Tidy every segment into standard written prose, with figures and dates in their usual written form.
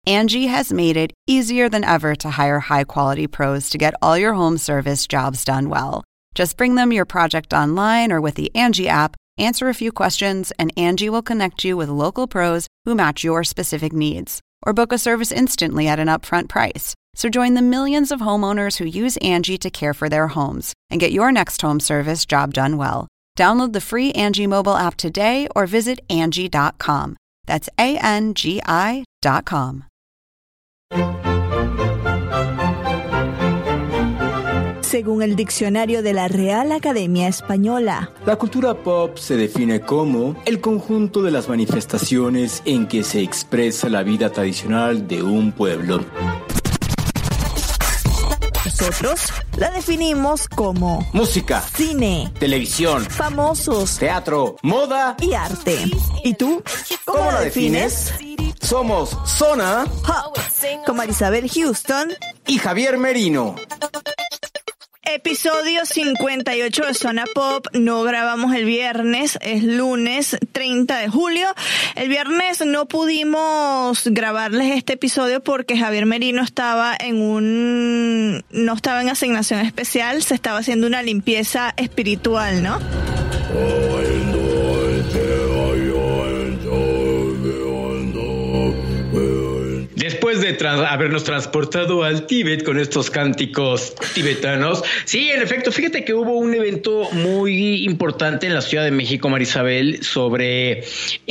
Angie has made it easier than ever to hire high-quality pros to get all your home service jobs done well. Just bring them your project online or with the Angie app, answer a few questions, and Angie will connect you with local pros who match your specific needs. Or book a service instantly at an upfront price. So join the millions of homeowners who use Angie to care for their homes and get your next home service job done well. Download the free Angie mobile app today or visit Angie.com. That's ANGI.com. Según el diccionario de la Real Academia Española, la cultura pop se define como el conjunto de las manifestaciones en que se expresa la vida tradicional de un pueblo. Nosotros la definimos como música, cine, televisión, famosos, teatro, moda y arte. ¿Y tú? ¿Cómo la defines? Somos Zona Pop con Marisabel Houston y Javier Merino. Episodio 58 de Zona Pop. No grabamos el viernes, es lunes 30 de julio. El viernes no pudimos grabarles este episodio porque Javier Merino no estaba en asignación especial, se estaba haciendo una limpieza espiritual, ¿no? Después de habernos transportado al Tíbet con estos cánticos tibetanos. Sí, en efecto, fíjate que hubo un evento muy importante en la Ciudad de México, Marisabel, sobre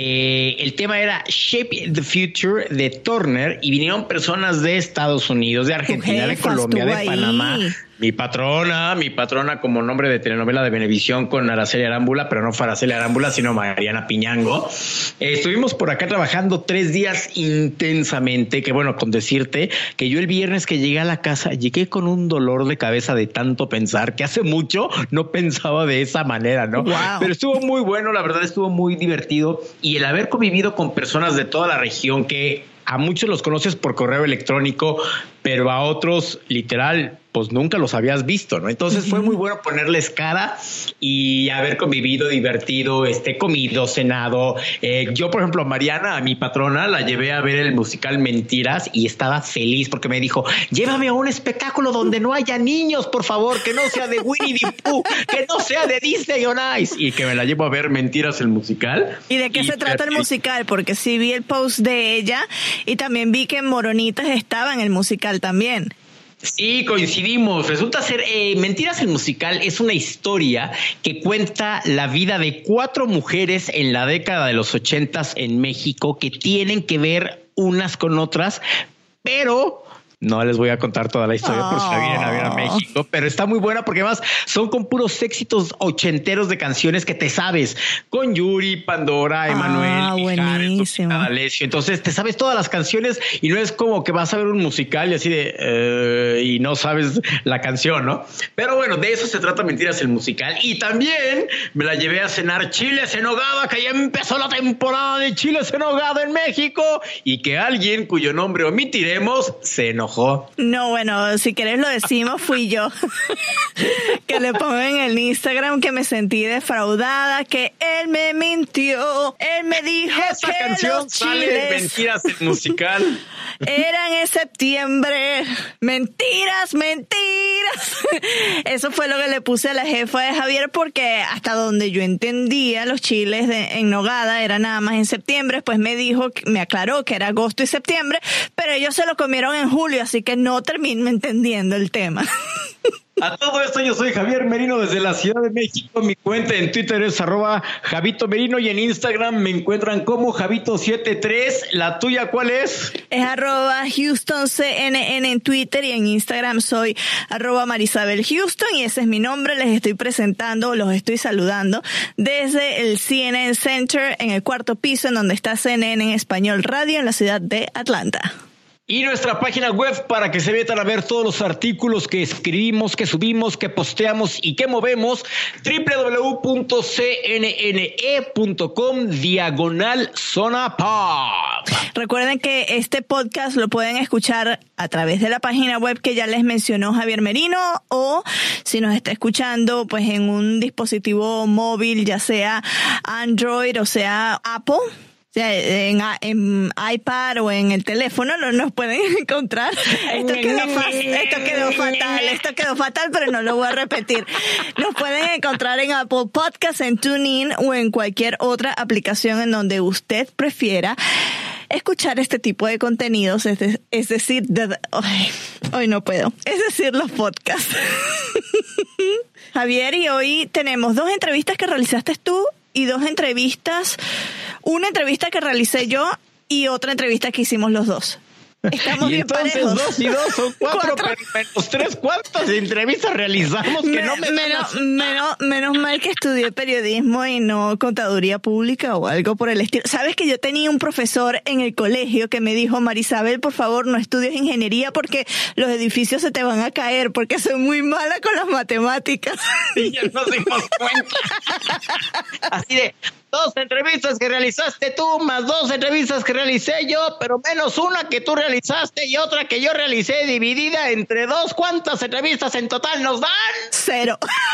el tema era Shape the Future de Turner y vinieron personas de Estados Unidos, de Argentina, de Colombia, de Panamá. Mi patrona como nombre de telenovela de Venevisión con Araceli Arámbula, pero no fue Araceli Arámbula, sino Mariana Piñango. Estuvimos por acá trabajando 3 días intensamente, que bueno, con decirte que yo el viernes que llegué a la casa, llegué con un dolor de cabeza de tanto pensar, que hace mucho no pensaba de esa manera, ¿no? Wow. Pero estuvo muy bueno, la verdad estuvo muy divertido y el haber convivido con personas de toda la región que a muchos los conoces por correo electrónico, pero a otros literal pues nunca los habías visto, ¿no? Entonces fue muy bueno ponerles cara y haber convivido, divertido, comido, cenado. Yo, por ejemplo, a Mariana, a mi patrona, la llevé a ver el musical Mentiras y estaba feliz porque me dijo, llévame a un espectáculo donde no haya niños, por favor, que no sea de Winnie the Pooh, que no sea de Disney on Ice, y que me la llevo a ver Mentiras, el musical. ¿Y de qué se trata el musical? Porque sí vi el post de ella y también vi que Moronitas estaba en el musical también. Sí, coincidimos. Resulta ser Mentiras, el musical es una historia que cuenta la vida de 4 mujeres en la década de los 80s en México que tienen que ver unas con otras, pero no les voy a contar toda la historia por si la vienen a ver a México, pero está muy buena porque además son con puros éxitos ochenteros de canciones que te sabes, con Yuri, Pandora, Emanuel, Alessio. Entonces te sabes todas las canciones y no es como que vas a ver un musical y así de y no sabes la canción, ¿no? Pero bueno, de eso se trata Mentiras, el musical. Y también me la llevé a cenar chiles en nogada, que ya empezó la temporada de chiles en nogada en México y que alguien cuyo nombre omitiremos se enojó. No, bueno, si querés lo decimos, fui yo. Que le pongo en el Instagram que me sentí defraudada, que él me mintió, él me dijo esa que canción los sale chiles en Mentiras, el musical. Eran en septiembre. Mentiras. Eso fue lo que le puse a la jefa de Javier porque hasta donde yo entendía los chiles en nogada era nada más en septiembre. Pues me aclaró que era agosto y septiembre, pero ellos se lo comieron en julio, así que no termino entendiendo el tema. A todo esto yo soy Javier Merino desde la Ciudad de México. Mi cuenta en Twitter es @Javito Merino y en Instagram me encuentran como Javito73. ¿La tuya cuál es? Es @HoustonCNN en Twitter y en Instagram soy @Marisabel Houston y ese es mi nombre. Les estoy presentando, los estoy saludando desde el CNN Center en el 4º piso en donde está CNN en Español Radio en la ciudad de Atlanta. Y nuestra página web para que se metan a ver todos los artículos que escribimos, que subimos, que posteamos y que movemos, www.cnne.com/Zona Pop. Recuerden que este podcast lo pueden escuchar a través de la página web que ya les mencionó Javier Merino o si nos está escuchando pues en un dispositivo móvil, ya sea Android o sea Apple. sea, en iPad o en el teléfono nos pueden encontrar. Esto quedó fatal, pero no lo voy a repetir. Nos pueden encontrar en Apple Podcasts, en TuneIn o en cualquier otra aplicación en donde usted prefiera escuchar este tipo de contenidos, es decir, hoy no puedo, es decir, los podcasts. Javier, y hoy tenemos 2 entrevistas que realizaste tú y 2 entrevistas, una entrevista que realicé yo y otra entrevista que hicimos los dos. Estamos y bien entonces parejos. 2 y 2 son 4, pero menos 3. ¿Cuántas entrevistas realizamos que no me menos mal que estudié periodismo y no contaduría pública o algo por el estilo. Sabes que yo tenía un profesor en el colegio que me dijo: Marisabel, por favor, no estudies ingeniería porque los edificios se te van a caer, porque soy muy mala con las matemáticas. Y ya nos dimos cuenta. Así de 2 entrevistas que realizaste tú, más 2 entrevistas que realicé yo, pero menos una que tú realizaste y otra que yo realicé, dividida entre 2. ¿Cuántas entrevistas en total nos dan? 0.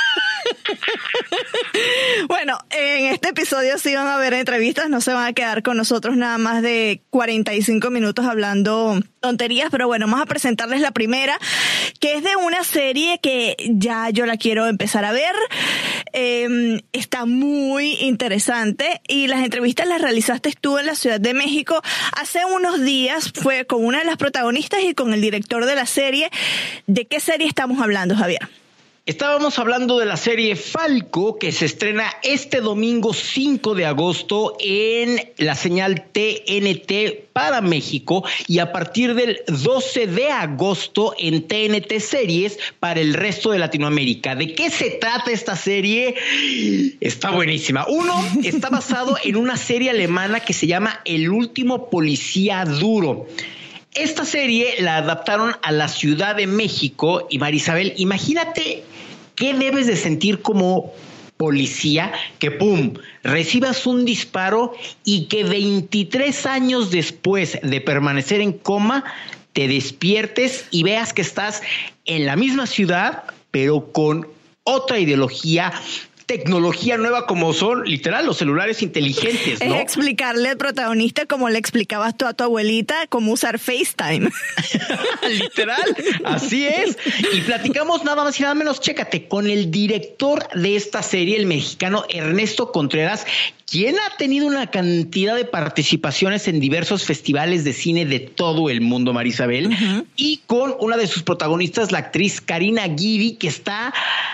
Bueno, en este episodio sí van a haber entrevistas, no se van a quedar con nosotros nada más de 45 minutos hablando tonterías, pero bueno, vamos a presentarles la primera, que es de una serie que ya yo la quiero empezar a ver. Está muy interesante y las entrevistas las realizaste tú en la Ciudad de México hace unos días. Fue con una de las protagonistas y con el director de la serie. ¿De qué serie estamos hablando, Javier? Estábamos hablando de la serie Falco, que se estrena este domingo 5 de agosto en la señal TNT para México y a partir del 12 de agosto en TNT Series para el resto de Latinoamérica. ¿De qué se trata esta serie? Está buenísima. Uno, está basado en una serie alemana que se llama El último policía duro. Esta serie la adaptaron a la Ciudad de México y Marisabel, imagínate qué debes de sentir como policía que recibas un disparo y que 23 años después de permanecer en coma te despiertes y veas que estás en la misma ciudad pero con otra ideología, tecnología nueva como son literal los celulares inteligentes, ¿no? Es explicarle al protagonista como le explicabas tú a tu abuelita cómo usar FaceTime. Literal, así es. Y platicamos nada más y nada menos, chécate, con el director de esta serie, el mexicano Ernesto Contreras, quien ha tenido una cantidad de participaciones en diversos festivales de cine de todo el mundo, Marisabel, y con una de sus protagonistas, la actriz Karina Gidi, que está...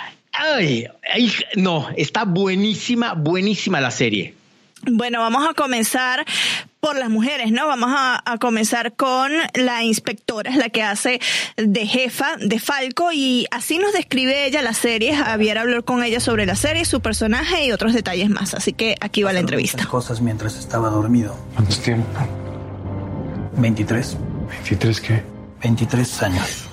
está buenísima la serie. Bueno, vamos a comenzar por las mujeres, ¿no? Vamos a comenzar con la inspectora, es la que hace de jefa de Falco, y así nos describe ella la serie. Javier habló con ella sobre la serie, su personaje y otros detalles más, así que aquí va la entrevista. Cosas mientras estaba dormido. ¿Cuánto tiempo? 23. ¿23 qué? 23 años.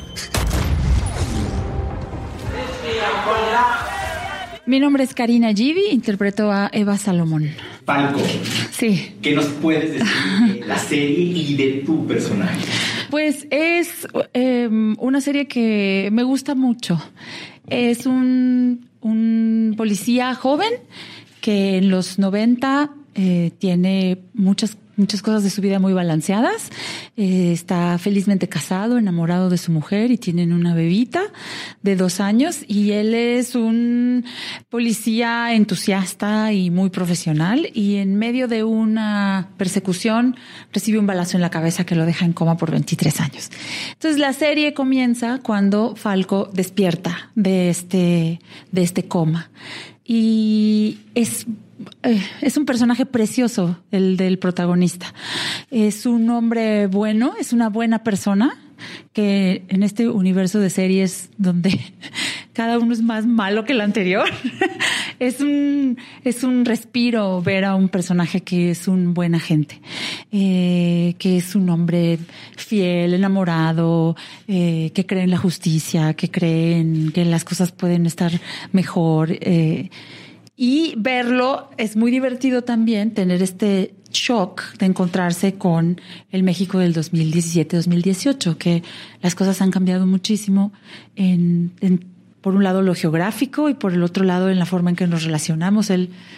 Mi nombre es Karina Gidi, interpreto a Eva Salomón. Falco. Sí. ¿Qué nos puedes decir de la serie y de tu personaje? Pues es una serie que me gusta mucho. Es un policía joven que en los 90 tiene muchas cosas de su vida muy balanceadas. Está felizmente casado, enamorado de su mujer y tienen una bebita de 2 años. Y él es un policía entusiasta y muy profesional. Y en medio de una persecución recibe un balazo en la cabeza que lo deja en coma por 23 años. Entonces la serie comienza cuando Falco despierta de este coma. Y es un personaje precioso el del protagonista. Es un hombre bueno, es una buena persona que en este universo de series donde cada uno es más malo que el anterior, es un respiro ver a un personaje que es un buen agente, que es un hombre fiel, enamorado, que cree en la justicia, que cree en que las cosas pueden estar mejor. Y verlo es muy divertido también, tener este shock de encontrarse con el México del 2017-2018, que las cosas han cambiado muchísimo por un lado lo geográfico y por el otro lado en la forma en que nos relacionamos. Él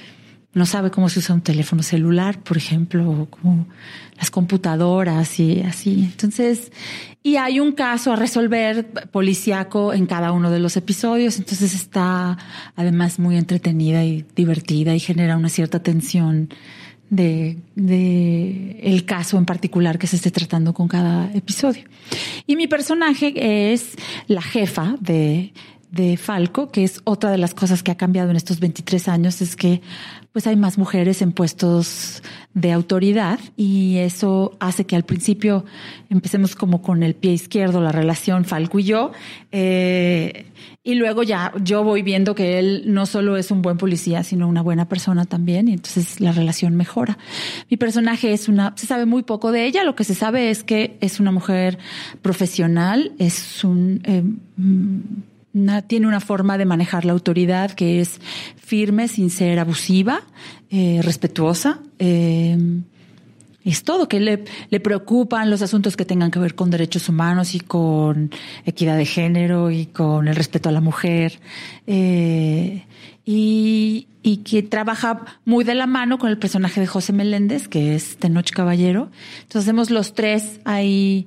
no sabe cómo se usa un teléfono celular, por ejemplo, o como las computadoras y así. Entonces, y hay un caso a resolver policíaco en cada uno de los episodios. Entonces está además muy entretenida y divertida y genera una cierta tensión de el caso en particular que se esté tratando con cada episodio. Y mi personaje es la jefa de Falco, que es otra de las cosas que ha cambiado en estos 23 años, es que pues hay más mujeres en puestos de autoridad y eso hace que al principio empecemos como con el pie izquierdo la relación Falco y yo, y luego ya yo voy viendo que él no solo es un buen policía, sino una buena persona también, y entonces la relación mejora. Mi personaje se sabe muy poco de ella, lo que se sabe es que es una mujer profesional, tiene una forma de manejar la autoridad que es firme, sin ser abusiva, respetuosa. Es todo, que le preocupan los asuntos que tengan que ver con derechos humanos y con equidad de género y con el respeto a la mujer. Y que trabaja muy de la mano con el personaje de José Meléndez, que es Tenoch Caballero. Entonces hacemos los tres ahí,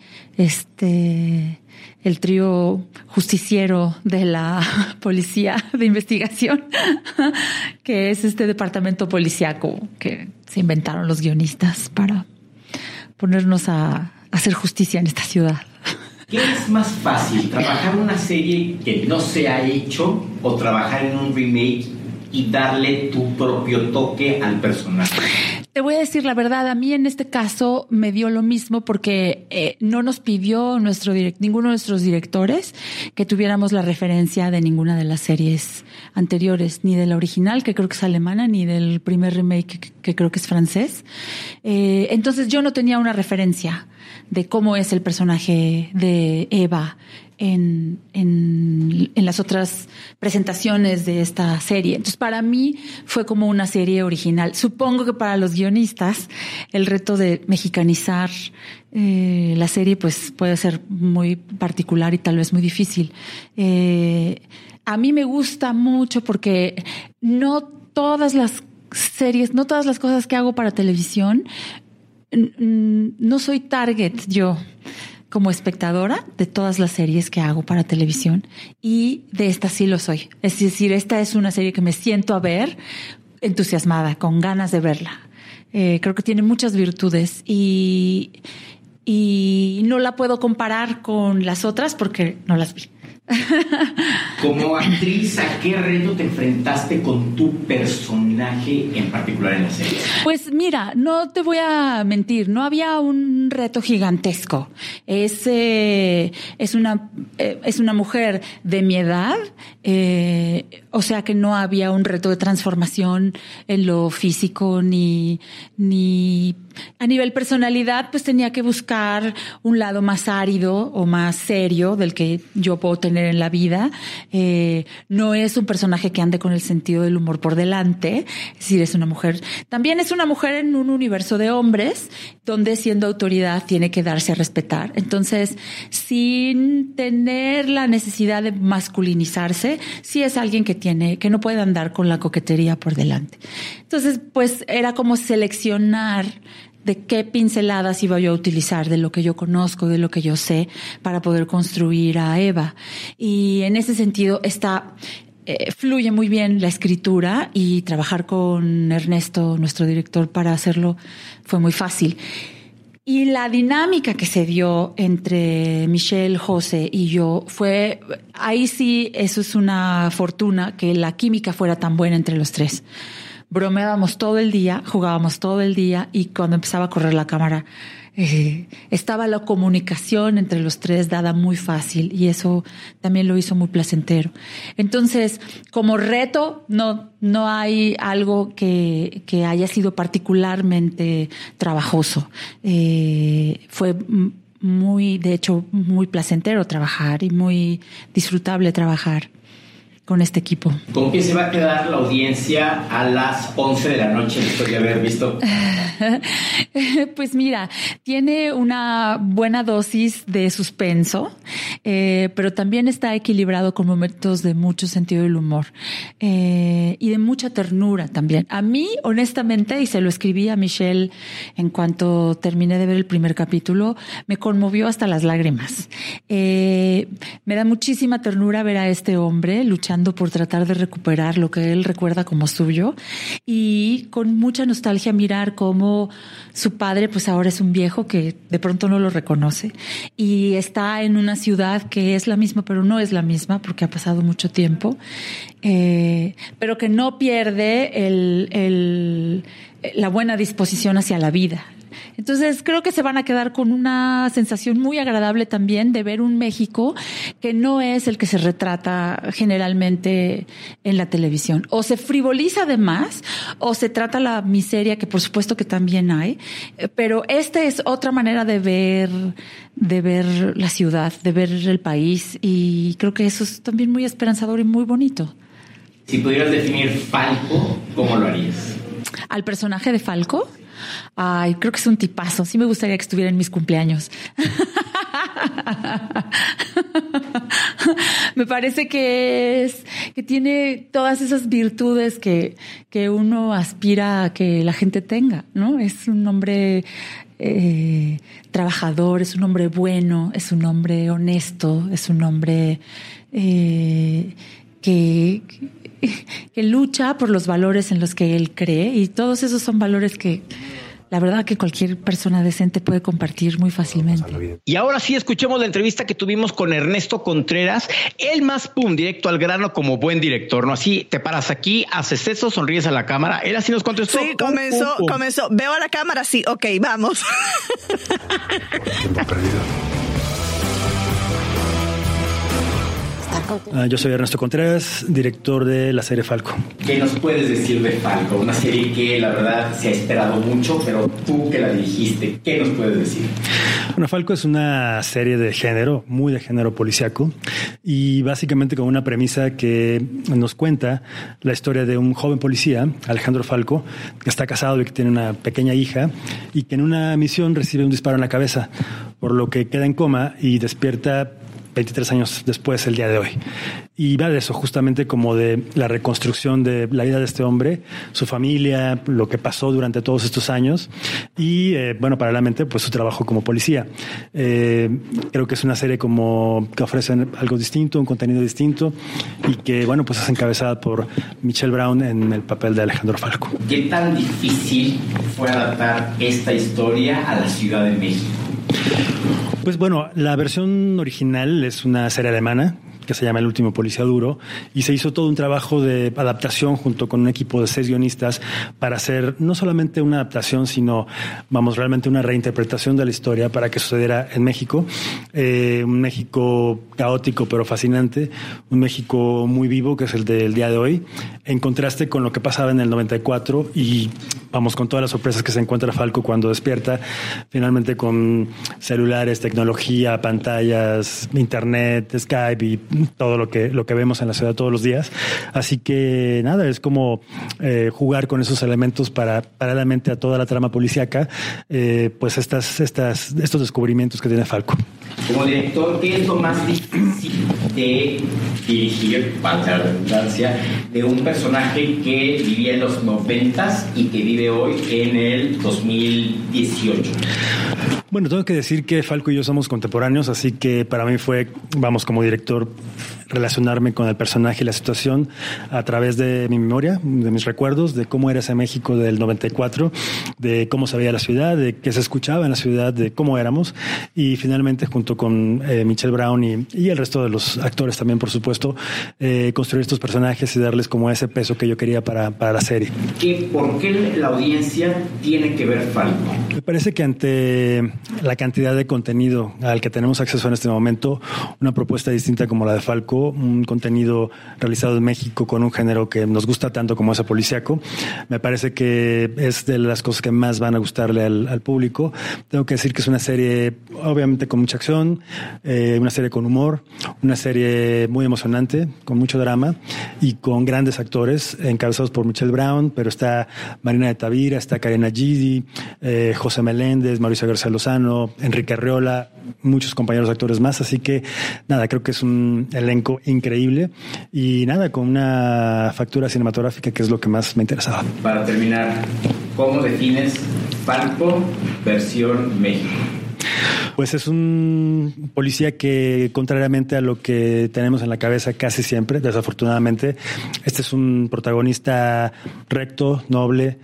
el trío justiciero de la policía de investigación, que es este departamento policíaco que se inventaron los guionistas para ponernos a hacer justicia en esta ciudad. ¿Qué es más fácil, trabajar una serie que no se ha hecho o trabajar en un remake y darle tu propio toque al personaje? Te voy a decir la verdad, a mí en este caso me dio lo mismo porque no nos pidió ninguno de nuestros directores que tuviéramos la referencia de ninguna de las series anteriores, ni de la original, que creo que es alemana, ni del primer remake, que creo que es francés. Entonces yo no tenía una referencia de cómo es el personaje de Eva en las otras presentaciones de esta serie. Entonces, para mí fue como una serie original. Supongo que para los guionistas el reto de mexicanizar la serie pues puede ser muy particular y tal vez muy difícil. A mí me gusta mucho porque no todas las series, no todas las cosas que hago para televisión, no soy target yo como espectadora de todas las series que hago para televisión, y de esta sí lo soy. Es decir, esta es una serie que me siento a ver entusiasmada, con ganas de verla. Creo que tiene muchas virtudes y no la puedo comparar con las otras porque no las vi. Como actriz, ¿a qué reto te enfrentaste con tu personaje en particular en la serie? Pues mira, no te voy a mentir, no había un reto gigantesco. Es una mujer de mi edad, o sea que no había un reto de transformación en lo físico ni a nivel personalidad, pues tenía que buscar un lado más árido o más serio del que yo puedo tener en la vida. No es un personaje que ande con el sentido del humor por delante. Es decir, es una mujer. También es una mujer en un universo de hombres donde siendo autoridad tiene que darse a respetar. Entonces, sin tener la necesidad de masculinizarse, sí es alguien que no puede andar con la coquetería por delante. Entonces, pues era como seleccionar de qué pinceladas iba yo a utilizar de lo que yo conozco, de lo que yo sé, para poder construir a Eva. Y en ese sentido fluye muy bien la escritura, y trabajar con Ernesto, nuestro director, para hacerlo fue muy fácil. Y la dinámica que se dio entre Michelle, José y yo ahí sí, eso es una fortuna, que la química fuera tan buena entre los tres. Bromeábamos todo el día, jugábamos todo el día, y cuando empezaba a correr la cámara, estaba la comunicación entre los tres dada muy fácil, y eso también lo hizo muy placentero. Entonces, como reto, no hay algo que haya sido particularmente trabajoso. Fue de hecho, muy placentero trabajar y muy disfrutable trabajar. con este equipo. ¿Con qué se va a quedar la audiencia a las 11 de la noche después de haber visto? Pues mira, tiene una buena dosis de suspenso, pero también está equilibrado con momentos de mucho sentido del humor y de mucha ternura también. A mí, honestamente, y se lo escribí a Michelle en cuanto terminé de ver el primer capítulo, me conmovió hasta las lágrimas. Me da muchísima ternura ver a este hombre luchando por tratar de recuperar lo que él recuerda como suyo, y con mucha nostalgia mirar cómo su padre pues ahora es un viejo que de pronto no lo reconoce y está en una ciudad que es la misma pero no es la misma porque ha pasado mucho tiempo, pero que no pierde la buena disposición hacia la vida. Entonces creo que se van a quedar con una sensación muy agradable también de ver un México que no es el que se retrata generalmente en la televisión. O se frivoliza de más, o se trata la miseria, que por supuesto que también hay, pero esta es otra manera de ver la ciudad, de ver el país, y creo que eso es también muy esperanzador y muy bonito. Si pudieras definir Falco, ¿cómo lo harías? ¿Al personaje de Falco? Ay, creo que es un tipazo. Sí me gustaría que estuviera en mis cumpleaños. Me parece que tiene todas esas virtudes que uno aspira a que la gente tenga, ¿no? Es un hombre trabajador, es un hombre bueno, es un hombre honesto, es un hombre que lucha por los valores en los que él cree, y todos esos son valores que la verdad que cualquier persona decente puede compartir muy fácilmente. Y ahora sí escuchemos la entrevista que tuvimos con Ernesto Contreras, el más directo al grano como buen director, ¿no? Así te paras aquí, haces eso, sonríes a la cámara. Él así nos contestó. Sí, comenzó. Veo a la cámara, sí, ok, vamos. Tiempo perdido. Yo soy Ernesto Contreras, director de la serie Falco. ¿Qué nos puedes decir de Falco? Una serie que la verdad se ha esperado mucho, pero tú que la dirigiste, ¿qué nos puedes decir? Bueno, Falco es una serie de género, muy de género policíaco, y básicamente con una premisa que nos cuenta la historia de un joven policía, Alejandro Falco, que está casado y que tiene una pequeña hija, y que en una misión recibe un disparo en la cabeza, por lo que queda en coma y despierta 23 años después, el día de hoy. Y va de eso, justamente como de la reconstrucción de la vida de este hombre, su familia, lo que pasó durante todos estos años y, bueno, paralelamente, pues su trabajo como policía. Creo que es una serie como que ofrece algo distinto, un contenido distinto y que, bueno, pues es encabezada por Michelle Brown en el papel de Alejandro Falco. ¿Qué tan difícil fue adaptar esta historia a la Ciudad de México? Pues bueno, la versión original es una serie alemana que se llama El último policía duro, y se hizo todo un trabajo de adaptación junto con un equipo de 6 guionistas para hacer no solamente una adaptación, sino, realmente una reinterpretación de la historia para que sucediera en México. Un México caótico pero fascinante, un México muy vivo, que es el del día de hoy, en contraste con lo que pasaba en el 94 y con todas las sorpresas que se encuentra Falco cuando despierta, finalmente con celulares, tecnología, pantallas, internet, Skype y todo lo que vemos en la ciudad todos los días. Así que nada, es como jugar con esos elementos para, paralelamente a toda la trama policíaca, pues estos descubrimientos que tiene Falco. Como director, ¿qué es lo más difícil de dirigir, valga la redundancia, de un personaje que vivía en los 90s y que vive hoy en el 2018? Bueno, tengo que decir que Falco y yo somos contemporáneos, así que para mí fue, como director, relacionarme con el personaje y la situación a través de mi memoria, de mis recuerdos, de cómo era ese México del 94, de cómo se veía la ciudad, de qué se escuchaba en la ciudad, de cómo éramos, y finalmente junto con Michelle Brown y el resto de los actores también, por supuesto, construir estos personajes y darles como ese peso que yo quería para la serie. ¿Por qué la audiencia tiene que ver Falco? Me parece que ante la cantidad de contenido al que tenemos acceso en este momento, una propuesta distinta como la de Falco, un contenido realizado en México con un género que nos gusta tanto como ese policíaco, me parece que es de las cosas que más van a gustarle al público. Tengo que decir que es una serie obviamente con mucha acción, una serie con humor, una serie muy emocionante, con mucho drama y con grandes actores encabezados por Michelle Brown, pero está Marina de Tavira, está Karina Gidi, José Meléndez, Mauricio García Lozano, Enrique Arriola, muchos compañeros actores más, así que nada, creo que es un elenco increíble y nada, con una factura cinematográfica que es lo que más me interesaba. Para terminar, ¿cómo defines Falco versión México? Pues es un policía que, contrariamente a lo que tenemos en la cabeza casi siempre, desafortunadamente, este es un protagonista recto, noble,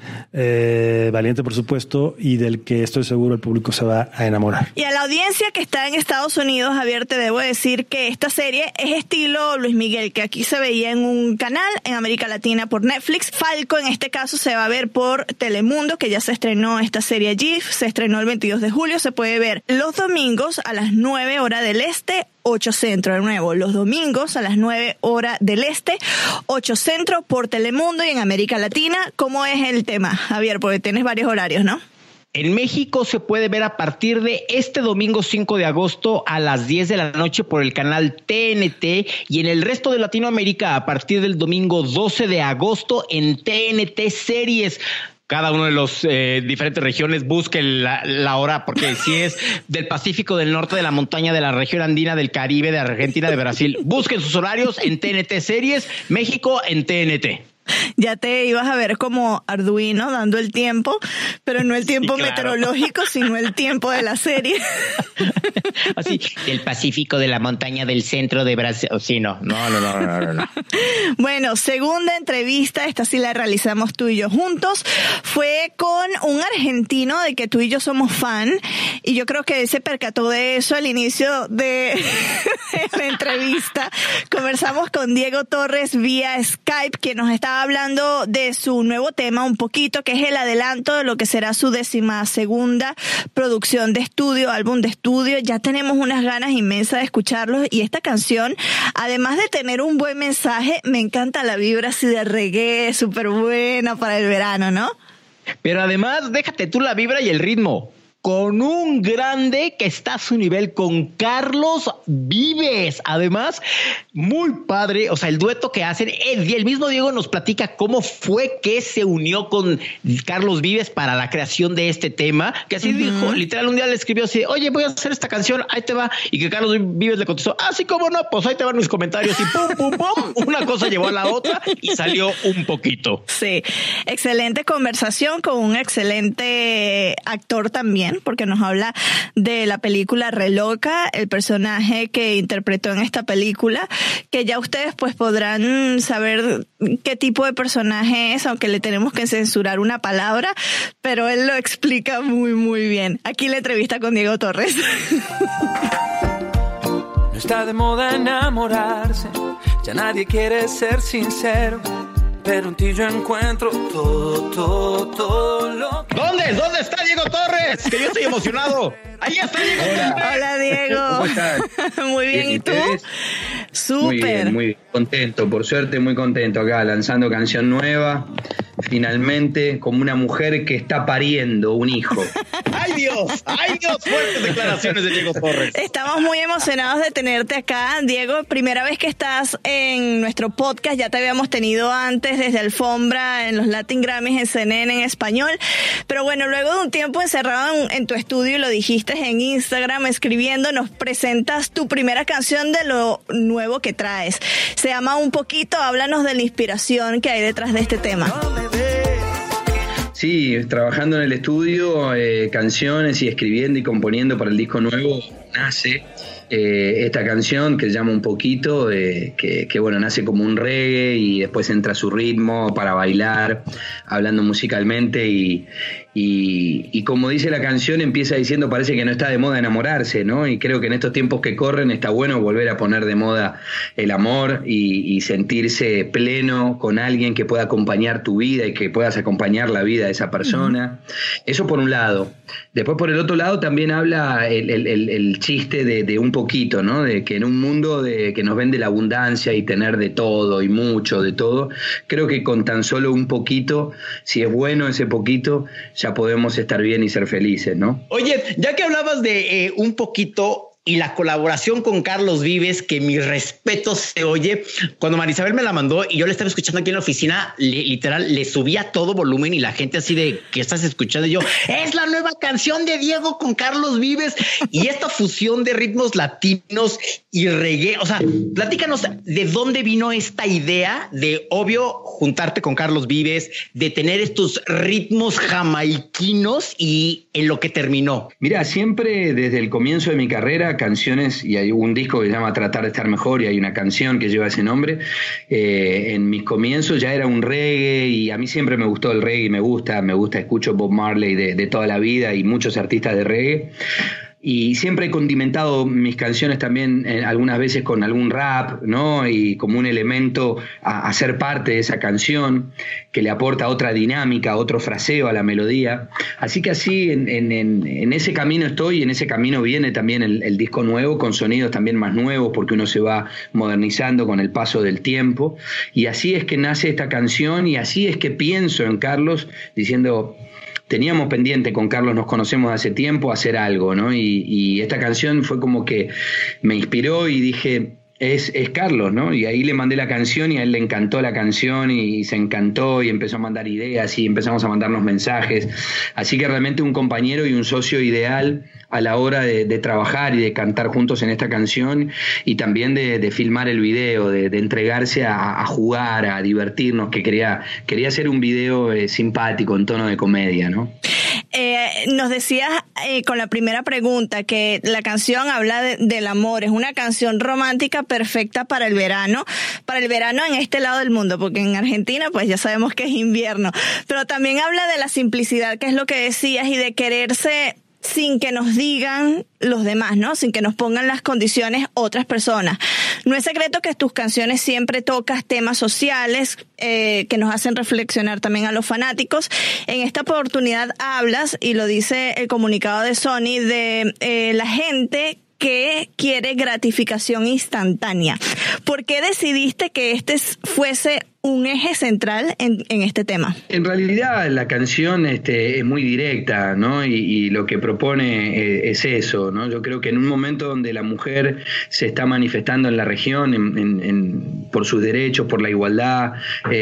valiente por supuesto, y del que estoy seguro el público se va a enamorar. Y a la audiencia que está en Estados Unidos, Javier, te debo decir que esta serie es estilo Luis Miguel, que aquí se veía en un canal, en América Latina por Netflix. Falco en este caso se va a ver por Telemundo, que ya se estrenó esta serie allí, se estrenó el 22 de julio, se puede ver los domingos a las 9 horas del este, 8 centro, de nuevo, los domingos a las 9 horas del este, 8 centro por Telemundo y en América Latina. ¿Cómo es el tema, Javier? Porque tienes varios horarios, ¿no? En México se puede ver a partir de este domingo 5 de agosto a las 10 de la noche por el canal TNT y en el resto de Latinoamérica a partir del domingo 12 de agosto en TNT Series. Cada uno de los diferentes regiones busque la hora, porque si es del Pacífico, del norte, de la montaña, de la región andina, del Caribe, de Argentina, de Brasil, busquen sus horarios en TNT Series, México en TNT. Ya te ibas a ver como Arduino dando el tiempo, pero no el tiempo meteorológico, sino el tiempo de la serie. Así, del Pacífico, de la montaña, del centro de Brasil. Sí, no. Bueno, segunda entrevista, esta sí la realizamos tú y yo juntos, fue con un argentino de que tú y yo somos fan, y yo creo que él se percató de eso al inicio de la entrevista. Conversamos con Diego Torres vía Skype, que nos estaba hablando de su nuevo tema un poquito, que es el adelanto de lo que será su 12ª producción de estudio, álbum de estudio. Ya tenemos unas ganas inmensas de escucharlos, y esta canción, además de tener un buen mensaje, me encanta la vibra así de reggae, súper buena para el verano, ¿no? Pero además, déjate tú la vibra y el ritmo. Con un grande que está a su nivel, con Carlos Vives. Además, muy padre, o sea, el dueto que hacen. El mismo Diego nos platica cómo fue que se unió con Carlos Vives para la creación de este tema, que así dijo, literal, un día le escribió así, oye, voy a hacer esta canción, ahí te va, y que Carlos Vives le contestó, sí, cómo no, pues ahí te van mis comentarios, y pum, pum, pum, una cosa llevó a la otra y salió un poquito. Sí, excelente conversación con un excelente actor también, porque nos habla de la película Re Loca, el personaje que interpretó en esta película, que ya ustedes pues podrán saber qué tipo de personaje es, aunque le tenemos que censurar una palabra, pero él lo explica muy muy bien. Aquí la entrevista con Diego Torres. No está de moda enamorarse, ya nadie quiere ser sincero, pero en ti yo encuentro todo lo que... ¿Dónde está Diego Torres? Que yo estoy emocionado. Ahí está Diego. Hola Diego. ¿Cómo estás? Muy bien, ¿y tú? Súper. Muy contento, por suerte muy contento acá, lanzando canción nueva, finalmente, como una mujer que está pariendo un hijo. ¡Ay Dios! Fuertes declaraciones de Diego Torres. Estamos muy emocionados de tenerte acá, Diego. Primera vez que estás en nuestro podcast, ya te habíamos tenido antes desde Alfombra en los Latin Grammys en CNN en español, pero bueno, luego de un tiempo encerrado en tu estudio, y lo dijiste en Instagram escribiendo, nos presentas tu primera canción de lo nuevo que traes. Se llama Un Poquito. Háblanos de la inspiración que hay detrás de este tema. Sí, trabajando en el estudio, canciones y escribiendo y componiendo para el disco nuevo, nace esta canción que se llama Un Poquito, que bueno, nace como un reggae y después entra su ritmo para bailar, hablando musicalmente, y Y como dice la canción, empieza diciendo, parece que no está de moda enamorarse, ¿no? Y creo que en estos tiempos que corren está bueno volver a poner de moda el amor y sentirse pleno con alguien que pueda acompañar tu vida y que puedas acompañar la vida de esa persona. Eso por un lado. Después por el otro lado también habla el chiste de un poquito, ¿no? De que en un mundo que nos vende la abundancia y tener de todo y mucho de todo, creo que con tan solo un poquito, si es bueno ese poquito, ya podemos estar bien y ser felices, ¿no? Oye, ya que hablabas de un poquito y la colaboración con Carlos Vives, que mi respeto se oye, cuando Marisabel me la mandó y yo la estaba escuchando aquí en la oficina, literal, le subía a todo volumen y la gente así de, ¿qué estás escuchando? Y yo, es la nueva canción de Diego con Carlos Vives y esta fusión de ritmos latinos y reggae. O sea, platícanos de dónde vino esta idea de, obvio, juntarte con Carlos Vives, de tener estos ritmos jamaiquinos y en lo que terminó. Mira, siempre desde el comienzo de mi carrera, canciones, y hay un disco que se llama Tratar de estar mejor y hay una canción que lleva ese nombre, en mis comienzos ya era un reggae y a mí siempre me gustó el reggae y me gusta, escucho Bob Marley de toda la vida y muchos artistas de reggae. Y siempre he condimentado mis canciones también algunas veces con algún rap, ¿no? Y como un elemento a ser parte de esa canción que le aporta otra dinámica, otro fraseo a la melodía. Así que así en ese camino estoy y en ese camino viene también el disco nuevo con sonidos también más nuevos porque uno se va modernizando con el paso del tiempo. Y así es que nace esta canción y así es que pienso en Carlos diciendo... Teníamos pendiente con Carlos, nos conocemos hace tiempo, hacer algo, ¿no? Y esta canción fue como que me inspiró y dije, es Carlos, ¿no? Y ahí le mandé la canción y a él le encantó la canción y se encantó y empezó a mandar ideas y empezamos a mandarnos mensajes. Así que realmente un compañero y un socio ideal a la hora de trabajar y de cantar juntos en esta canción y también de filmar el video, de entregarse a jugar, a divertirnos, que quería hacer un video simpático en tono de comedia, ¿no? Nos decías con la primera pregunta que la canción habla del amor, es una canción romántica perfecta para el verano en este lado del mundo, porque en Argentina pues ya sabemos que es invierno, pero también habla de la simplicidad, que es lo que decías, y de quererse sin que nos digan los demás, ¿no? Sin que nos pongan las condiciones otras personas. No es secreto que tus canciones siempre tocas temas sociales que nos hacen reflexionar también a los fanáticos. En esta oportunidad hablas, y lo dice el comunicado de Sony, de la gente que quiere gratificación instantánea. ¿Por qué decidiste que este fuese un eje central en este tema? En realidad la canción es muy directa, ¿no? Y lo que propone es eso, ¿no? Yo creo que en un momento donde la mujer se está manifestando en la región por sus derechos, por la igualdad,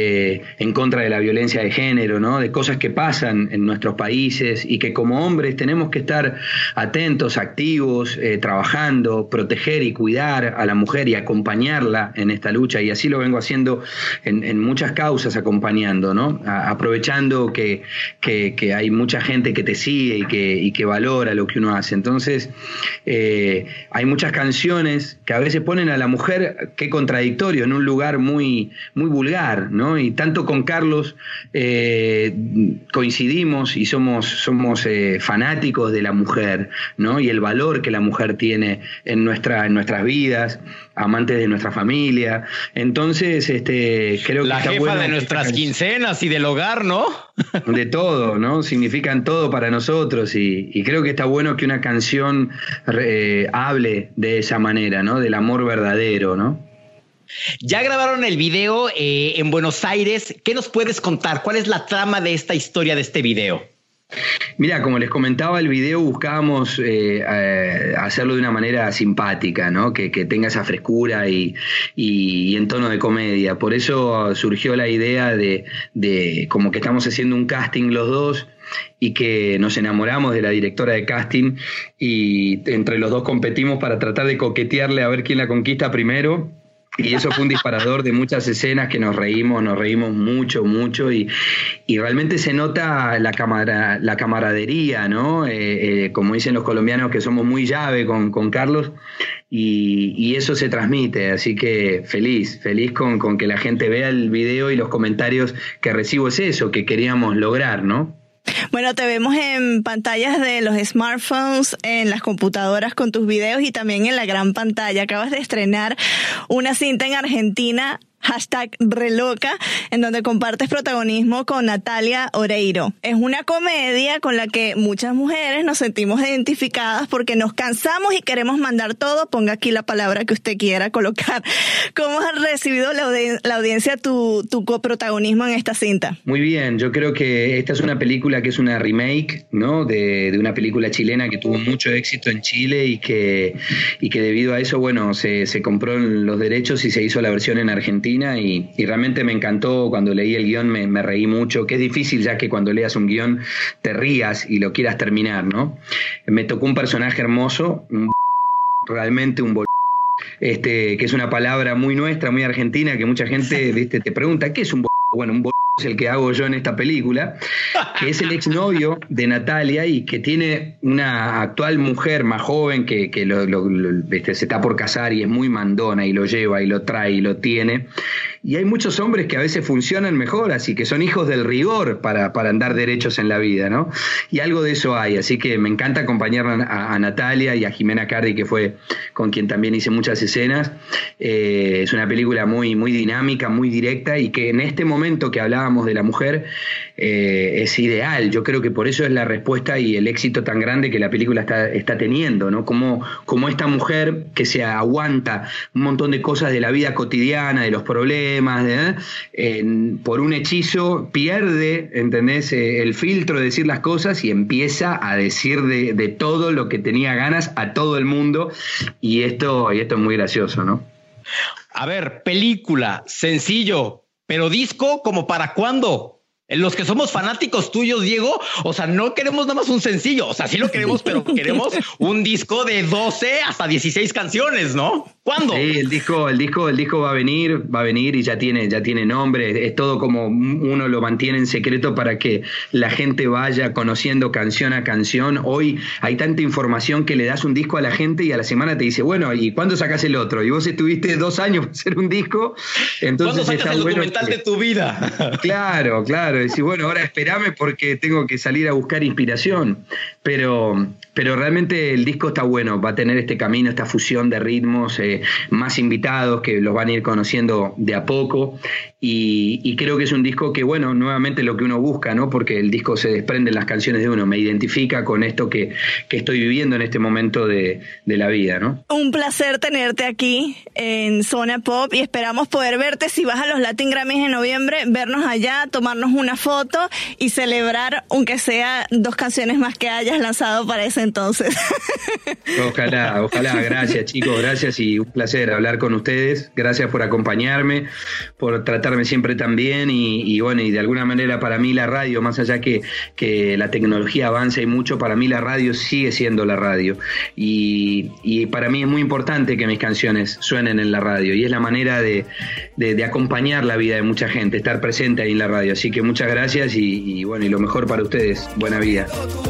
en contra de la violencia de género, ¿no? De cosas que pasan en nuestros países y que como hombres tenemos que estar atentos, activos, trabajando, proteger y cuidar a la mujer y acompañarla en esta lucha, y así lo vengo haciendo en muchas causas, acompañando, ¿no? Aprovechando que hay mucha gente que te sigue y que valora lo que uno hace. Entonces, hay muchas canciones que a veces ponen a la mujer, qué contradictorio, en un lugar muy, muy vulgar, ¿no? Y tanto con Carlos coincidimos y somos fanáticos de la mujer, ¿no? Y el valor que la mujer tiene en nuestras vidas, amantes de nuestra familia. Entonces, creo que la está jefa bueno de nuestras quincenas y del hogar, ¿no? De todo, ¿no? Significan todo para nosotros y creo que está bueno que una canción hable de esa manera, ¿no? Del amor verdadero, ¿no? Ya grabaron el video en Buenos Aires. ¿Qué nos puedes contar? ¿Cuál es la trama de esta historia, de este video? Mira, como les comentaba, el video buscábamos hacerlo de una manera simpática, ¿no? Que tenga esa frescura y en tono de comedia. Por eso surgió la idea de como que estamos haciendo un casting los dos y que nos enamoramos de la directora de casting y entre los dos competimos para tratar de coquetearle a ver quién la conquista primero. Y eso fue un disparador de muchas escenas que nos reímos mucho y realmente se nota la camaradería, ¿no? Como dicen los colombianos, que somos muy llave con Carlos y eso se transmite, así que feliz con que la gente vea el video y los comentarios que recibo es eso que queríamos lograr, ¿no? Bueno, te vemos en pantallas de los smartphones, en las computadoras con tus videos y también en la gran pantalla. Acabas de estrenar una cinta en Argentina, #Reloca, en donde compartes protagonismo con Natalia Oreiro. Es una comedia con la que muchas mujeres nos sentimos identificadas porque nos cansamos y queremos mandar todo. Ponga aquí la palabra que usted quiera colocar. ¿Cómo has recibido la audiencia tu coprotagonismo en esta cinta? Muy bien, yo creo que esta es una película que es una remake, ¿no? de una película chilena que tuvo mucho éxito en Chile y que debido a eso, bueno, se compró los derechos y se hizo la versión en Argentina. Y realmente me encantó. Cuando leí el guión me reí mucho, que es difícil ya que cuando leas un guión te rías y lo quieras terminar, ¿no? Me tocó un personaje hermoso, realmente un que es una palabra muy nuestra, muy argentina, que mucha gente, ¿viste?, te pregunta, ¿qué es un Bueno, un es el que hago yo en esta película, que es el exnovio de Natalia y que tiene una actual mujer más joven que se está por casar y es muy mandona y lo lleva y lo trae y lo tiene. Y hay muchos hombres que a veces funcionan mejor, así que son hijos del rigor para andar derechos en la vida, ¿no? Y algo de eso hay, así que me encanta acompañar a Natalia y a Jimena Cardi, que fue con quien también hice muchas escenas. Es una película muy, muy dinámica, muy directa y que en este momento que hablábamos de la mujer es ideal. Yo creo que por eso es la respuesta y el éxito tan grande que la película está teniendo, ¿no? Como esta mujer que se aguanta un montón de cosas de la vida cotidiana, de los problemas, por un hechizo pierde, ¿entendés?, el filtro de decir las cosas y empieza a decir de todo lo que tenía ganas a todo el mundo y esto es muy gracioso, ¿no? A ver, película, sencillo, pero disco, ¿como para cuándo? Los que somos fanáticos tuyos, Diego, o sea, no queremos nada más un sencillo, o sea, sí lo queremos, pero queremos un disco de 12 hasta 16 canciones, ¿no? ¿Cuándo? Sí, el disco va a venir y ya tiene nombre. Es todo como uno lo mantiene en secreto para que la gente vaya conociendo canción a canción. Hoy hay tanta información que le das un disco a la gente y a la semana te dice, bueno, ¿y cuándo sacas el otro? Y vos estuviste 2 años para hacer un disco, entonces ¿cuándo sacas el documental de tu vida? Claro. Decís, bueno, ahora espérame porque tengo que salir a buscar inspiración. Pero realmente el disco está bueno, va a tener este camino, esta fusión de ritmos, más invitados que los van a ir conociendo de a poco y creo que es un disco que, bueno, nuevamente lo que uno busca, ¿no? Porque el disco se desprende en las canciones de uno, me identifica con esto que estoy viviendo en este momento de la vida, ¿no? Un placer tenerte aquí en Zona Pop y esperamos poder verte si vas a los Latin Grammys en noviembre, vernos allá, tomarnos una foto y celebrar, aunque sea 2 canciones más que hayas lanzado para ese entonces. Ojalá, gracias chicos, gracias y un placer hablar con ustedes, gracias por acompañarme, por tratarme siempre tan bien y bueno, y de alguna manera para mí la radio, más allá que la tecnología avanza y mucho, para mí la radio sigue siendo la radio y para mí es muy importante que mis canciones suenen en la radio y es la manera de acompañar la vida de mucha gente, estar presente ahí en la radio, así que muchas gracias y bueno, y lo mejor para ustedes, buena vida.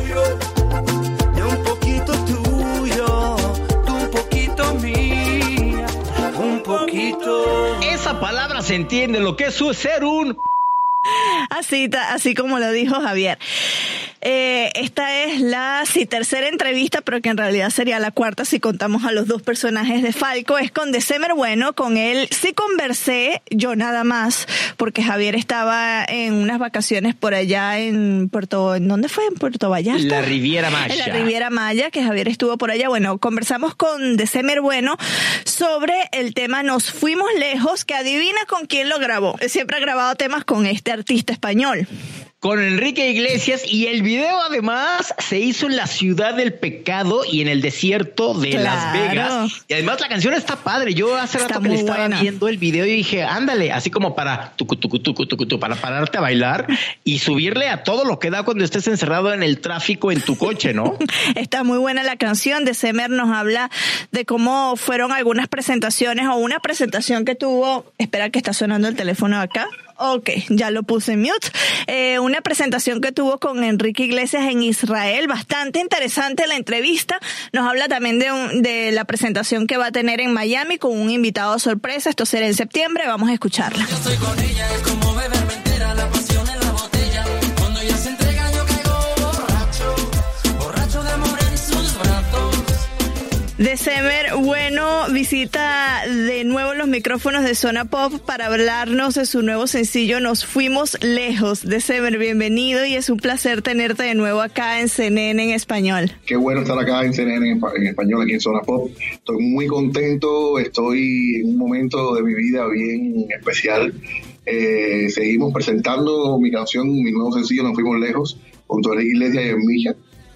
Un poquito tuyo, un poquito mía, un poquito. Esa palabra se entiende, lo que es ser un... Así como lo dijo Javier. Esta es la tercera entrevista, pero que en realidad sería la cuarta si contamos a los 2 personajes de Falco. Es con December Bueno, con él sí conversé, yo nada más, porque Javier estaba en unas vacaciones por allá en ¿dónde fue? En Puerto Vallarta. La Riviera Maya. En la Riviera Maya, que Javier estuvo por allá. Bueno, conversamos con December Bueno sobre el tema Nos Fuimos Lejos, que adivina con quién lo grabó. Siempre ha grabado temas con este artista español. Con Enrique Iglesias, y el video además se hizo en la ciudad del pecado y en el desierto de Las Vegas. Y además la canción está padre. Yo hace rato que le estaba viendo el video y dije, ándale, así como para para pararte a bailar y subirle a todo lo que da cuando estés encerrado en el tráfico en tu coche, ¿no? Está muy buena la canción. December nos habla de cómo fueron algunas presentaciones o una presentación que tuvo. Espera que está sonando el teléfono acá. Ok, ya lo puse en mute. Una presentación que tuvo con Enrique Iglesias en Israel, bastante interesante la entrevista. Nos habla también de la presentación que va a tener en Miami con un invitado sorpresa. Esto será en septiembre, vamos a escucharla. Yo estoy con ella, es como beberme entera, la pasión en la botella. Cuando ella se entrega yo caigo December, bueno, visita de nuevo los micrófonos de Zona Pop para hablarnos de su nuevo sencillo Nos Fuimos Lejos. December, bienvenido y es un placer tenerte de nuevo acá en CNN en español. Qué bueno estar acá en CNN en español, aquí en Zona Pop. Estoy muy contento, estoy en un momento de mi vida bien especial. Seguimos presentando mi canción, mi nuevo sencillo Nos Fuimos Lejos, junto a Enrique Iglesias y Emilia.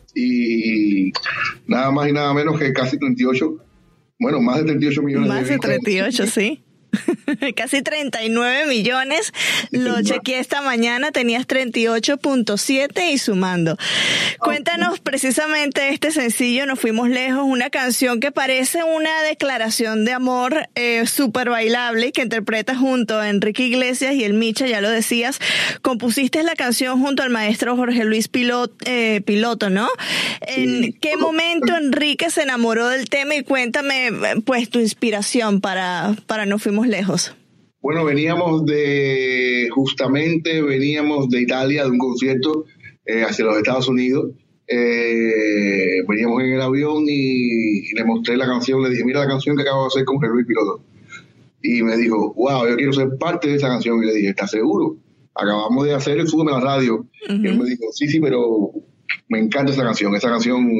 Y nada más y nada menos que casi 38, bueno, más de 38 millones más de 38, sí. Casi 39 millones. Lo chequeé esta mañana, tenías 38.7 y sumando. Cuéntanos precisamente este sencillo, Nos Fuimos Lejos, una canción que parece una declaración de amor súper bailable y que interpretas junto a Enrique Iglesias y el Micha, ya lo decías. Compusiste la canción junto al maestro Jorge Luis Piloto, ¿no? ¿En qué momento Enrique se enamoró del tema? Y cuéntame pues tu inspiración para Nos Fuimos Lejos. Bueno, veníamos de Italia, de un concierto hacia los Estados Unidos. Veníamos en el avión y le mostré la canción, le dije, mira la canción que acabo de hacer con Jorge Luis Piloto. Y me dijo, wow, yo quiero ser parte de esa canción. Y le dije, ¿estás seguro? Acabamos de hacer el Súbeme a la Radio. Y él me dijo, sí, pero me encanta esa canción. Esa canción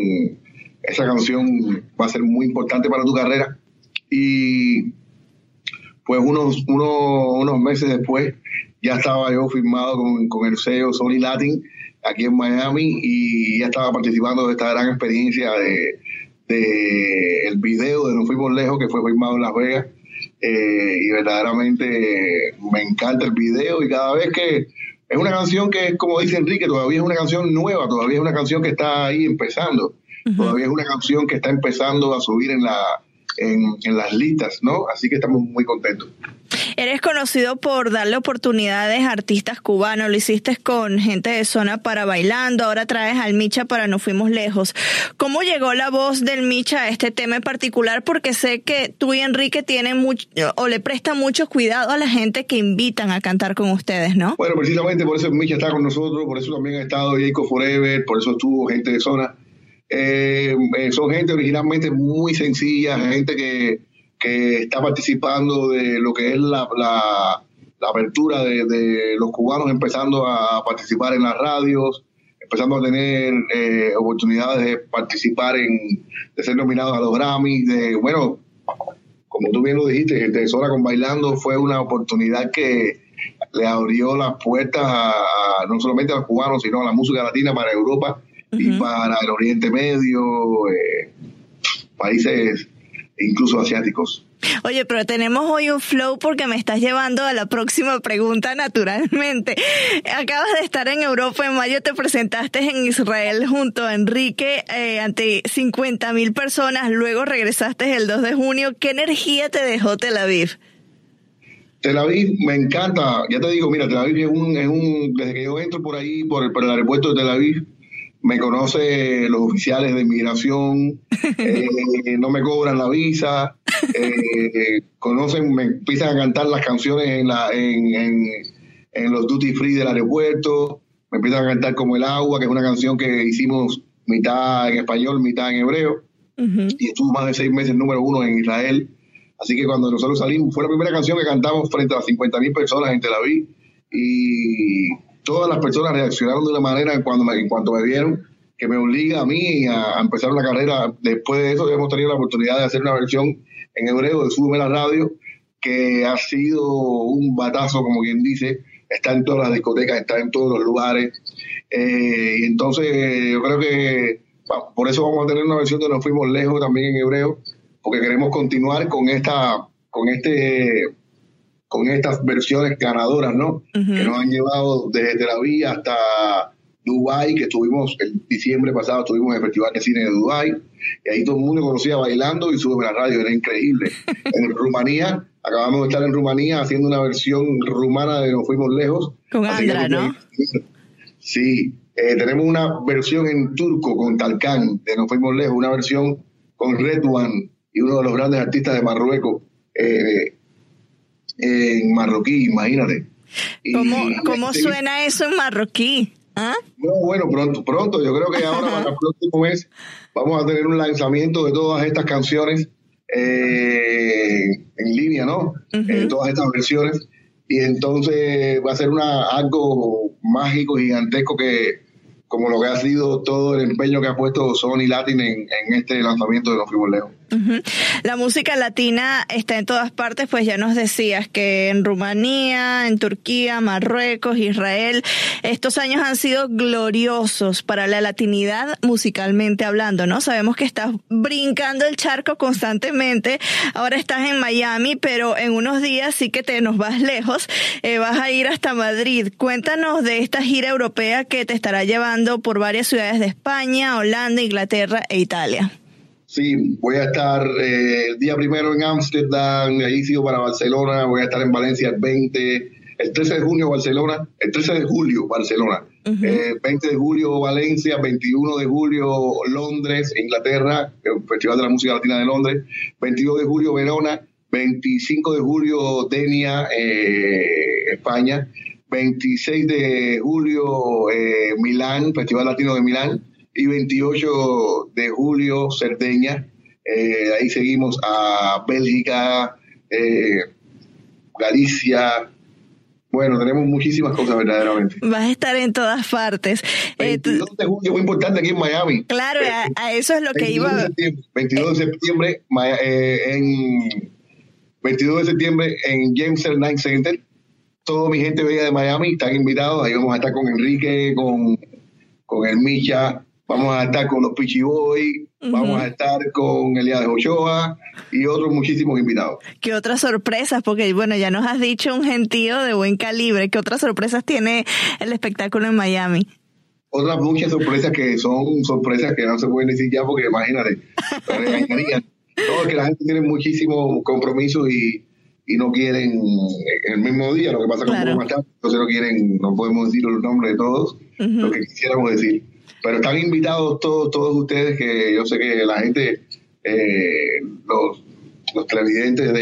va a ser muy importante para tu carrera. Y pues unos meses después ya estaba yo firmado con el sello Sony Latin aquí en Miami y ya estaba participando de esta gran experiencia de el video de Nos Fuimos Lejos, que fue filmado en Las Vegas, y verdaderamente me encanta el video y cada vez que es una canción que es como dice Enrique, todavía es una canción nueva, todavía es una canción que está ahí empezando, todavía es una canción que está empezando a subir en las listas, ¿no? Así que estamos muy contentos. Eres conocido por darle oportunidades a artistas cubanos, lo hiciste con gente de Zona para Bailando, ahora traes al Micha para Nos Fuimos Lejos. ¿Cómo llegó la voz del Micha a este tema en particular? Porque sé que tú y Enrique tienen mucho, o le prestan mucho cuidado a la gente que invitan a cantar con ustedes, ¿no? Bueno, precisamente por eso el Micha está con nosotros, por eso también ha estado Jacob Forever, por eso estuvo gente de Zona. Son gente originalmente muy sencilla, gente que está participando de lo que es la apertura de los cubanos, empezando a participar en las radios, empezando a tener oportunidades de participar de ser nominados a los Grammys. Bueno, como tú bien lo dijiste, el de Zona con Bailando fue una oportunidad que le abrió las puertas no solamente a los cubanos, sino a la música latina para Europa y para el Oriente Medio, países incluso asiáticos. Oye, pero tenemos hoy un flow porque me estás llevando a la próxima pregunta naturalmente. Acabas de estar en Europa, en mayo te presentaste en Israel junto a Enrique ante 50,000 personas, luego regresaste el 2 de junio. ¿Qué energía te dejó Tel Aviv? Tel Aviv me encanta, ya te digo, mira, Tel Aviv es desde que yo entro por ahí, por el aeropuerto de Tel Aviv, me conocen los oficiales de inmigración, no me cobran la visa, me empiezan a cantar las canciones en los duty free del aeropuerto, me empiezan a cantar Como el Agua, que es una canción que hicimos mitad en español, mitad en hebreo, y estuvo más de 6 meses número 1 en Israel. Así que cuando nosotros salimos, fue la primera canción que cantamos frente a las 50,000 personas en Tel Aviv, y todas las personas reaccionaron de una manera en cuanto me vieron, que me obliga a mí a empezar una carrera. Después de eso hemos tenido la oportunidad de hacer una versión en hebreo de Súbeme a la Radio, que ha sido un batazo, como quien dice, está en todas las discotecas, está en todos los lugares, y entonces yo creo que por eso vamos a tener una versión de Nos Fuimos Lejos también en hebreo, porque queremos continuar con estas versiones ganadoras, ¿no? Que nos han llevado desde Tel Aviv hasta Dubái, que estuvimos el diciembre pasado, estuvimos en el Festival de Cine de Dubái, y ahí todo el mundo conocía Bailando y Súbeme a la Radio, era increíble. En Rumanía, acabamos de estar en Rumanía haciendo una versión rumana de Nos Fuimos Lejos. Con Andra, ¿no? Sí, tenemos una versión en turco con Tarkan de Nos Fuimos Lejos, una versión con Redouane y uno de los grandes artistas de Marruecos, en marroquí, imagínate. ¿Cómo suena eso en marroquí? ¿Ah? No, bueno, pronto. Yo creo que ahora para el próximo mes vamos a tener un lanzamiento de todas estas canciones en línea, ¿no? Todas estas versiones. Y entonces va a ser algo mágico, gigantesco, como lo que ha sido todo el empeño que ha puesto Sony Latin en este lanzamiento de Nos Fuimos Lejos. La música latina está en todas partes, pues ya nos decías que en Rumanía, en Turquía, Marruecos, Israel, estos años han sido gloriosos para la latinidad musicalmente hablando, ¿no? Sabemos que estás brincando el charco constantemente, ahora estás en Miami, pero en unos días sí que te nos vas lejos, vas a ir hasta Madrid. Cuéntanos de esta gira europea que te estará llevando por varias ciudades de España, Holanda, Inglaterra e Italia. Sí, voy a estar el día primero en Ámsterdam, de ahí sigo para Barcelona, voy a estar en Valencia el 13 de julio Barcelona, 20 de julio Valencia, 21 de julio Londres, Inglaterra, el Festival de la Música Latina de Londres, 22 de julio Verona, 25 de julio Denia, España, 26 de julio Milán, Festival Latino de Milán, y 28 de julio Cerdeña. Ahí seguimos a Bélgica, Galicia. Bueno, tenemos muchísimas cosas verdaderamente. Vas a estar en todas partes. 22 de julio, muy importante aquí en Miami. Claro, a eso es lo que iba. 22 de septiembre en James L. Knight Center. Toda mi gente bella de Miami están invitados. Ahí vamos a estar con Enrique, con el Micha. Vamos a estar con los Peachy Boys, vamos a estar con Elías de Ochoa y otros muchísimos invitados. ¿Qué otras sorpresas? Porque, bueno, ya nos has dicho un gentío de buen calibre. ¿Qué otras sorpresas tiene el espectáculo en Miami? Otras muchas sorpresas que son sorpresas que no se pueden decir ya porque imagínate, todo que la gente tiene muchísimo compromiso y no quieren el mismo día, lo que pasa con entonces no podemos decir los nombres de todos, lo que quisiéramos decir. Pero están invitados todos ustedes, que yo sé que la gente, los televidentes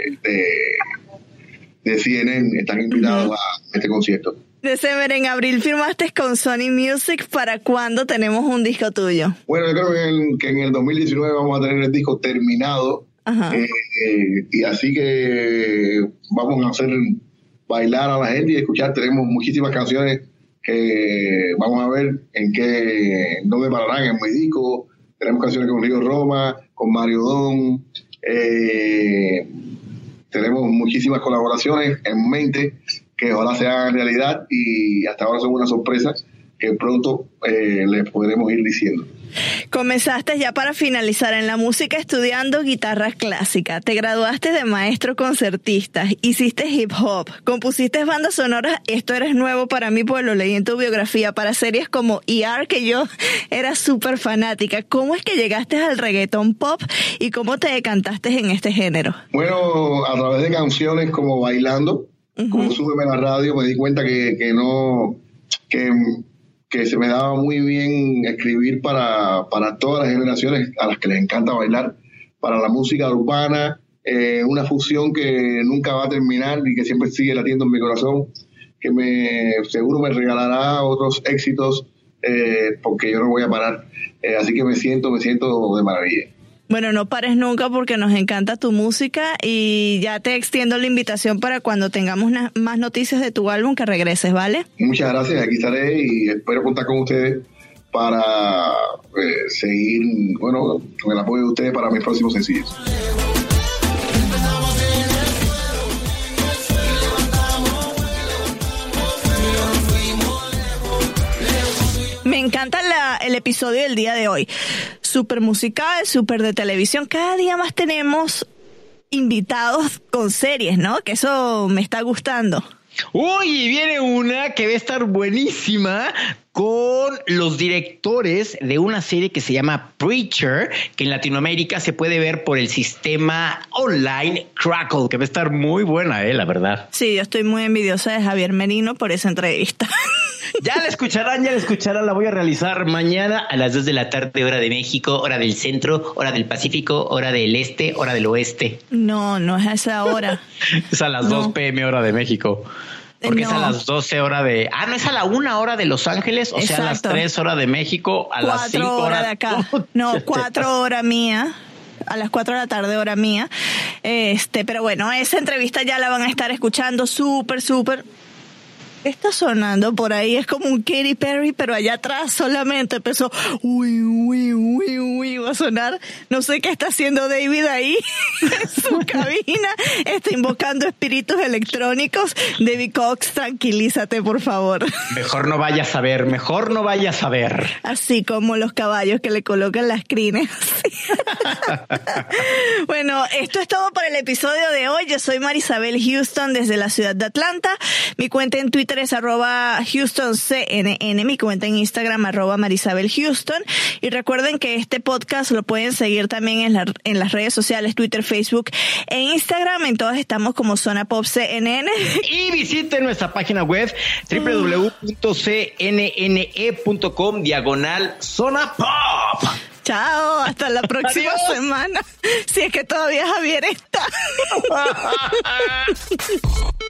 de CNN están invitados a este concierto. December, en abril firmaste con Sony Music. ¿Para cuándo tenemos un disco tuyo? Bueno, yo creo que en el 2019 vamos a tener el disco terminado. Y así que vamos a hacer bailar a la gente y escuchar. Tenemos muchísimas canciones que vamos a ver dónde pararán en mi disco. Tenemos canciones con Río Roma, con Mario Don, tenemos muchísimas colaboraciones en mente que ojalá se hagan realidad y hasta ahora son una sorpresa que pronto les podremos ir diciendo. Comenzaste, ya para finalizar, en la música estudiando guitarra clásica, te graduaste de maestro concertista, hiciste hip hop, compusiste bandas sonoras. Esto eres nuevo para mí, pues lo leí en tu biografía, para series como ER, que yo era súper fanática. ¿Cómo es que llegaste al reggaetón pop y cómo te decantaste en este género? Bueno, a través de canciones como Bailando, como Súbeme a la Radio, me di cuenta que se me daba muy bien escribir para todas las generaciones a las que les encanta bailar, para la música urbana, una fusión que nunca va a terminar y que siempre sigue latiendo en mi corazón, que seguro me regalará otros éxitos, porque yo no voy a parar. Así que me siento de maravilla. Bueno, no pares nunca porque nos encanta tu música y ya te extiendo la invitación para cuando tengamos más noticias de tu álbum que regreses, ¿vale? Muchas gracias, aquí estaré y espero contar con ustedes para seguir, con el apoyo de ustedes para mis próximos sencillos. Me encanta el episodio del día de hoy. Súper musical, súper de televisión. Cada día más tenemos invitados con series, ¿no? Que eso me está gustando. Uy, viene una que va a estar buenísima con los directores de una serie que se llama Preacher, que en Latinoamérica se puede ver por el sistema online Crackle, que va a estar muy buena, la verdad. Sí, yo estoy muy envidiosa de Javier Merino por esa entrevista. Ya la escucharán, la voy a realizar mañana a las 2 de la tarde, hora de México, hora del centro, hora del Pacífico, hora del este, hora del oeste. No es a esa hora. Es a las 2 p.m. hora de México. Porque es a las 12 horas de... no es a la 1 hora de Los Ángeles, o sea, a las 3 horas de México, a las 5 horas de acá. No, 4 horas mía. A las 4 de la tarde, hora mía. Pero bueno, esa entrevista ya la van a estar escuchando súper. Está sonando por ahí, es como un Katy Perry, pero allá atrás solamente empezó va a sonar. No sé qué está haciendo David ahí en su cabina. Está invocando espíritus electrónicos. David Cox, tranquilízate, por favor. Mejor no vayas a ver. Así como los caballos que le colocan las crines. Bueno, esto es todo por el episodio de hoy. Yo soy Marisabel Houston desde la ciudad de Atlanta. Mi cuenta en Twitter es @HoustonCNN, mi cuenta en Instagram @MarisabelHouston. Y recuerden que este podcast lo pueden seguir también en las redes sociales, Twitter, Facebook e Instagram. En todas estamos como Zona Pop CNN. Y visiten nuestra página web www.cnne.com/Zona Pop. Chao, hasta la próxima semana. Si es que todavía Javier está.